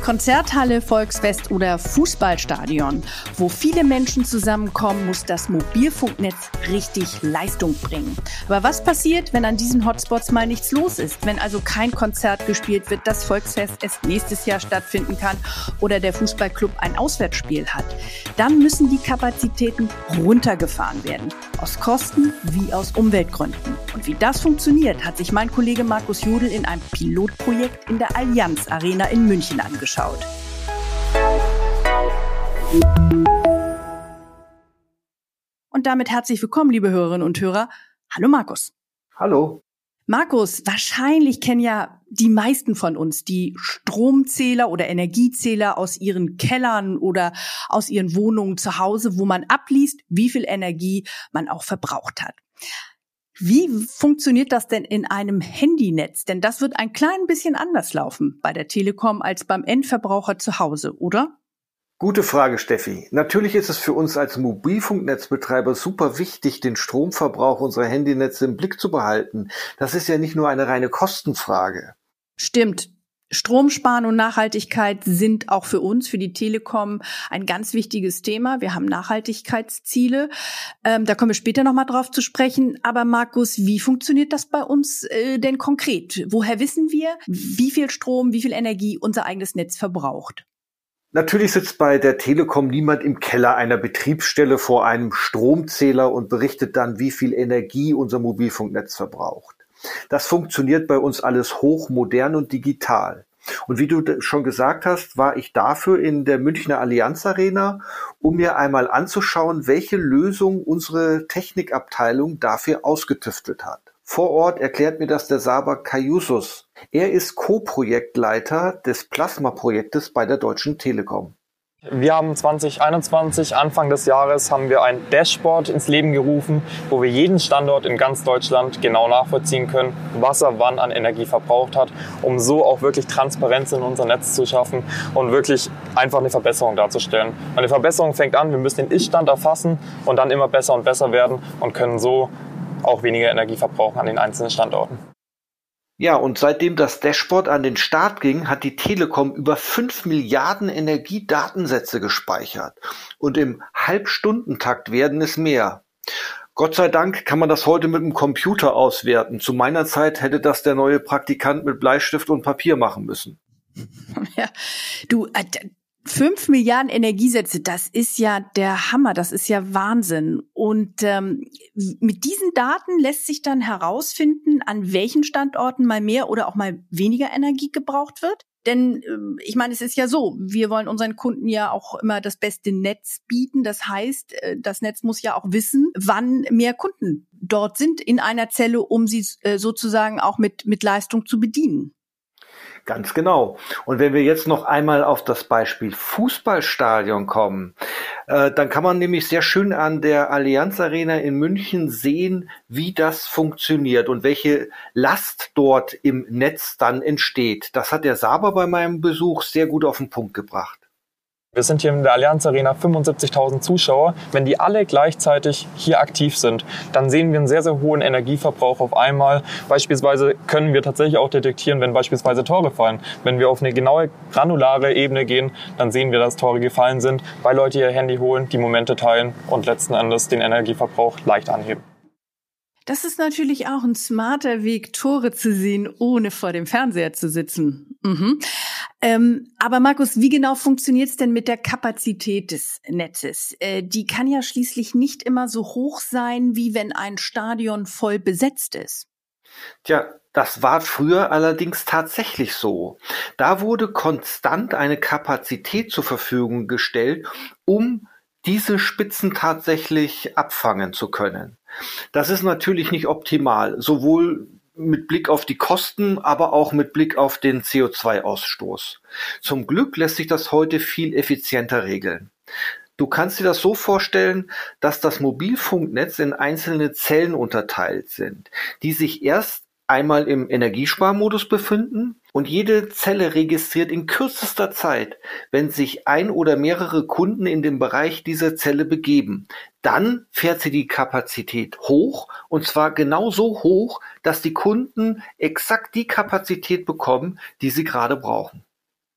Konzerthalle, Volksfest oder Fußballstadion. Wo viele Menschen zusammenkommen, muss das Mobilfunknetz richtig Leistung bringen. Aber was passiert, wenn an diesen Hotspots mal nichts los ist? Wenn also kein Konzert gespielt wird, das Volksfest erst nächstes Jahr stattfinden kann oder der Fußballclub ein Auswärtsspiel hat? Dann müssen die Kapazitäten runtergefahren werden. Aus Kosten wie aus Umweltgründen. Und wie das funktioniert, hat sich mein Kollege Markus Jodl in einem Pilotprojekt in der Allianz Arena in München angeschaut. Und damit herzlich willkommen, liebe Hörerinnen und Hörer. Hallo Markus. Hallo. Markus, wahrscheinlich kennen ja die meisten von uns die Stromzähler oder Energiezähler aus ihren Kellern oder aus ihren Wohnungen zu Hause, wo man abliest, wie viel Energie man auch verbraucht hat. Wie funktioniert das denn in einem Handynetz? Denn das wird ein klein bisschen anders laufen bei der Telekom als beim Endverbraucher zu Hause, oder? Gute Frage, Steffi. Natürlich ist es für uns als Mobilfunknetzbetreiber super wichtig, den Stromverbrauch unserer Handynetze im Blick zu behalten. Das ist ja nicht nur eine reine Kostenfrage. Stimmt. Stromsparen und Nachhaltigkeit sind auch für uns, für die Telekom, ein ganz wichtiges Thema. Wir haben Nachhaltigkeitsziele. Da kommen wir später nochmal drauf zu sprechen. Aber Markus, wie funktioniert das bei uns denn konkret? Woher wissen wir, wie viel Strom, wie viel Energie unser eigenes Netz verbraucht? Natürlich sitzt bei der Telekom niemand im Keller einer Betriebsstelle vor einem Stromzähler und berichtet dann, wie viel Energie unser Mobilfunknetz verbraucht. Das funktioniert bei uns alles hochmodern und digital. Und wie du schon gesagt hast, war ich dafür in der Münchner Allianz Arena, um mir einmal anzuschauen, welche Lösung unsere Technikabteilung dafür ausgetüftelt hat. Vor Ort erklärt mir das der Saber Kayusus. Er ist Co-Projektleiter des Plasma-Projektes bei der Deutschen Telekom. Wir haben 2021, Anfang des Jahres, haben wir ein Dashboard ins Leben gerufen, wo wir jeden Standort in ganz Deutschland genau nachvollziehen können, was er wann an Energie verbraucht hat, um so auch wirklich Transparenz in unser Netz zu schaffen und wirklich einfach eine Verbesserung darzustellen. Eine Verbesserung fängt an, wir müssen den Ist-Stand erfassen und dann immer besser und besser werden und können so auch weniger Energie verbrauchen an den einzelnen Standorten. Ja, und seitdem das Dashboard an den Start ging, hat die Telekom über 5 Milliarden Energiedatensätze gespeichert. Und im Halbstundentakt werden es mehr. Gott sei Dank kann man das heute mit dem Computer auswerten. Zu meiner Zeit hätte das der neue Praktikant mit Bleistift und Papier machen müssen. Ja, du, 5 Milliarden Energiesätze, das ist ja der Hammer, das ist ja Wahnsinn. Und mit diesen Daten lässt sich dann herausfinden, an welchen Standorten mal mehr oder auch mal weniger Energie gebraucht wird. Denn ich meine, es ist ja so, wir wollen unseren Kunden ja auch immer das beste Netz bieten. Das heißt, das Netz muss ja auch wissen, wann mehr Kunden dort sind in einer Zelle, um sie sozusagen auch mit Leistung zu bedienen. Ganz genau. Und wenn wir jetzt noch einmal auf das Beispiel Fußballstadion kommen, dann kann man nämlich sehr schön an der Allianz Arena in München sehen, wie das funktioniert und welche Last dort im Netz dann entsteht. Das hat der Saber bei meinem Besuch sehr gut auf den Punkt gebracht. Wir sind hier in der Allianz Arena 75.000 Zuschauer. Wenn die alle gleichzeitig hier aktiv sind, dann sehen wir einen sehr, sehr hohen Energieverbrauch auf einmal. Beispielsweise können wir tatsächlich auch detektieren, wenn beispielsweise Tore fallen. Wenn wir auf eine genaue, granulare Ebene gehen, dann sehen wir, dass Tore gefallen sind, weil Leute ihr Handy holen, die Momente teilen und letzten Endes den Energieverbrauch leicht anheben. Das ist natürlich auch ein smarter Weg, Tore zu sehen, ohne vor dem Fernseher zu sitzen. Aber Markus, wie genau funktioniert es denn mit der Kapazität des Netzes? Die kann ja schließlich nicht immer so hoch sein, wie wenn ein Stadion voll besetzt ist. Tja, das war früher allerdings tatsächlich so. Da wurde konstant eine Kapazität zur Verfügung gestellt, um diese Spitzen tatsächlich abfangen zu können. Das ist natürlich nicht optimal, sowohl mit Blick auf die Kosten, aber auch mit Blick auf den CO2-Ausstoß. Zum Glück lässt sich das heute viel effizienter regeln. Du kannst dir das so vorstellen, dass das Mobilfunknetz in einzelne Zellen unterteilt sind, die sich erst einmal im Energiesparmodus befinden und jede Zelle registriert in kürzester Zeit, wenn sich ein oder mehrere Kunden in den Bereich dieser Zelle begeben. Dann fährt sie die Kapazität hoch und zwar genau so hoch, dass die Kunden exakt die Kapazität bekommen, die sie gerade brauchen.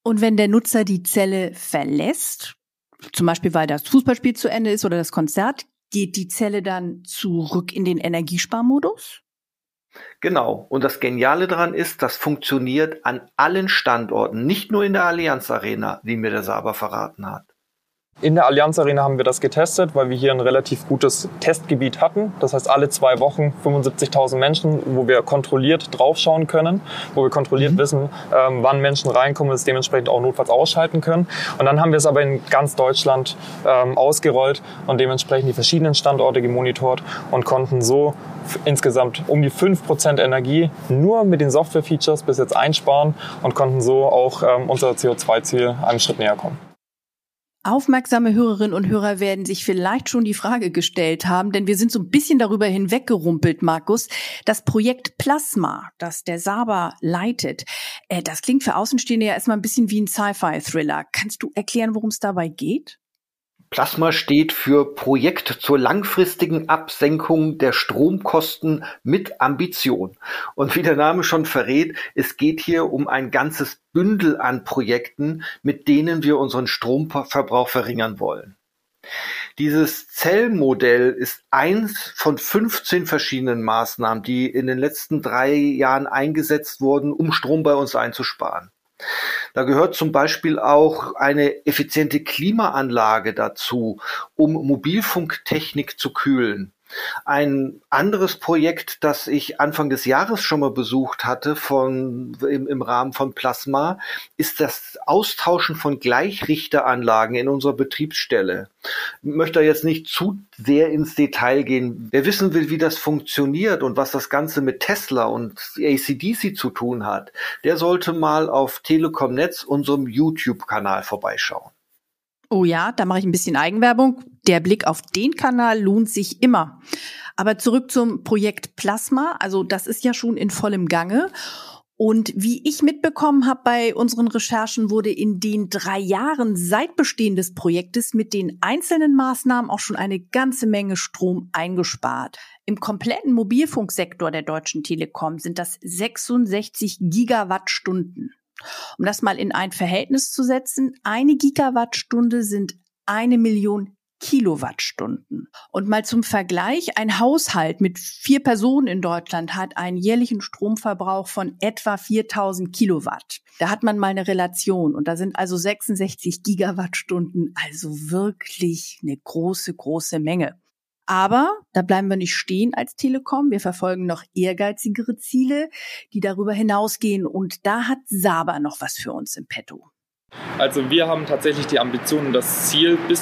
Und wenn der Nutzer die Zelle verlässt, zum Beispiel weil das Fußballspiel zu Ende ist oder das Konzert, geht die Zelle dann zurück in den Energiesparmodus? Genau. Und das Geniale daran ist, das funktioniert an allen Standorten, nicht nur in der Allianz Arena, wie mir der Saber verraten hat. In der Allianz Arena haben wir das getestet, weil wir hier ein relativ gutes Testgebiet hatten. Das heißt, alle 2 Wochen 75.000 Menschen, wo wir kontrolliert draufschauen können, wo wir kontrolliert wissen, wann Menschen reinkommen und es dementsprechend auch notfalls ausschalten können. Und dann haben wir es aber in ganz Deutschland ausgerollt und dementsprechend die verschiedenen Standorte gemonitort und konnten so insgesamt um die 5% Energie nur mit den Software-Features bis jetzt einsparen und konnten so auch unser CO2-Ziel einen Schritt näher kommen. Aufmerksame Hörerinnen und Hörer werden sich vielleicht schon die Frage gestellt haben, denn wir sind so ein bisschen darüber hinweggerumpelt, Markus. Das Projekt Plasma, das der Saber leitet, das klingt für Außenstehende ja erstmal ein bisschen wie ein Sci-Fi-Thriller. Kannst du erklären, worum es dabei geht? Plasma steht für Projekt zur langfristigen Absenkung der Stromkosten mit Ambition. Und wie der Name schon verrät, es geht hier um ein ganzes Bündel an Projekten, mit denen wir unseren Stromverbrauch verringern wollen. Dieses Zellmodell ist eins von 15 verschiedenen Maßnahmen, die in den letzten 3 Jahren eingesetzt wurden, um Strom bei uns einzusparen. Da gehört zum Beispiel auch eine effiziente Klimaanlage dazu, um Mobilfunktechnik zu kühlen. Ein anderes Projekt, das ich Anfang des Jahres schon mal besucht hatte im Rahmen von Plasma, ist das Austauschen von Gleichrichteranlagen in unserer Betriebsstelle. Ich möchte da jetzt nicht zu sehr ins Detail gehen. Wer wissen will, wie das funktioniert und was das Ganze mit Tesla und AC/DC zu tun hat, der sollte mal auf Telekom Netz, unserem YouTube-Kanal, vorbeischauen. Oh ja, da mache ich ein bisschen Eigenwerbung. Der Blick auf den Kanal lohnt sich immer. Aber zurück zum Projekt Plasma. Also das ist ja schon in vollem Gange. Und wie ich mitbekommen habe bei unseren Recherchen, wurde in den 3 Jahren seit Bestehen des Projektes mit den einzelnen Maßnahmen auch schon eine ganze Menge Strom eingespart. Im kompletten Mobilfunksektor der Deutschen Telekom sind das 66 Gigawattstunden. Um das mal in ein Verhältnis zu setzen, 1 Gigawattstunde sind 1 Million Kilowattstunden. Und mal zum Vergleich, ein Haushalt mit 4 Personen in Deutschland hat einen jährlichen Stromverbrauch von etwa 4.000 Kilowatt. Da hat man mal eine Relation und da sind also 66 Gigawattstunden, also wirklich eine große, große Menge. Aber da bleiben wir nicht stehen als Telekom. Wir verfolgen noch ehrgeizigere Ziele, die darüber hinausgehen. Und da hat Saber noch was für uns im Petto. Also wir haben tatsächlich die Ambition und das Ziel, bis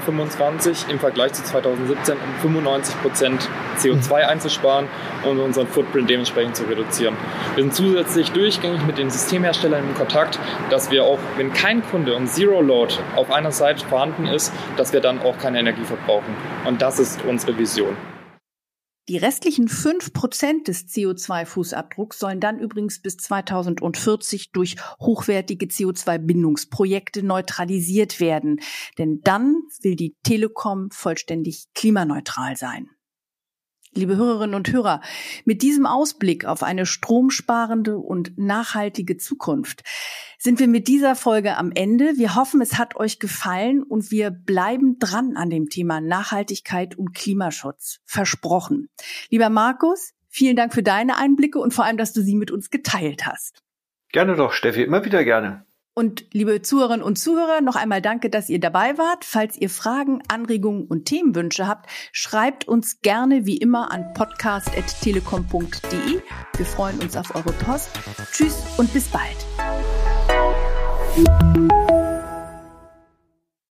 2025 im Vergleich zu 2017 um 95% CO2 einzusparen und unseren Footprint dementsprechend zu reduzieren. Wir sind zusätzlich durchgängig mit den Systemherstellern in Kontakt, dass wir auch, wenn kein Kunde und Zero Load auf einer Seite vorhanden ist, dass wir dann auch keine Energie verbrauchen. Und das ist unsere Vision. Die restlichen 5% des CO2-Fußabdrucks sollen dann übrigens bis 2040 durch hochwertige CO2-Bindungsprojekte neutralisiert werden. Denn dann will die Telekom vollständig klimaneutral sein. Liebe Hörerinnen und Hörer, mit diesem Ausblick auf eine stromsparende und nachhaltige Zukunft sind wir mit dieser Folge am Ende. Wir hoffen, es hat euch gefallen und wir bleiben dran an dem Thema Nachhaltigkeit und Klimaschutz. Versprochen. Lieber Markus, vielen Dank für deine Einblicke und vor allem, dass du sie mit uns geteilt hast. Gerne doch, Steffi, immer wieder gerne. Und liebe Zuhörerinnen und Zuhörer, noch einmal danke, dass ihr dabei wart. Falls ihr Fragen, Anregungen und Themenwünsche habt, schreibt uns gerne wie immer an podcast@telekom.de. Wir freuen uns auf eure Post. Tschüss und bis bald.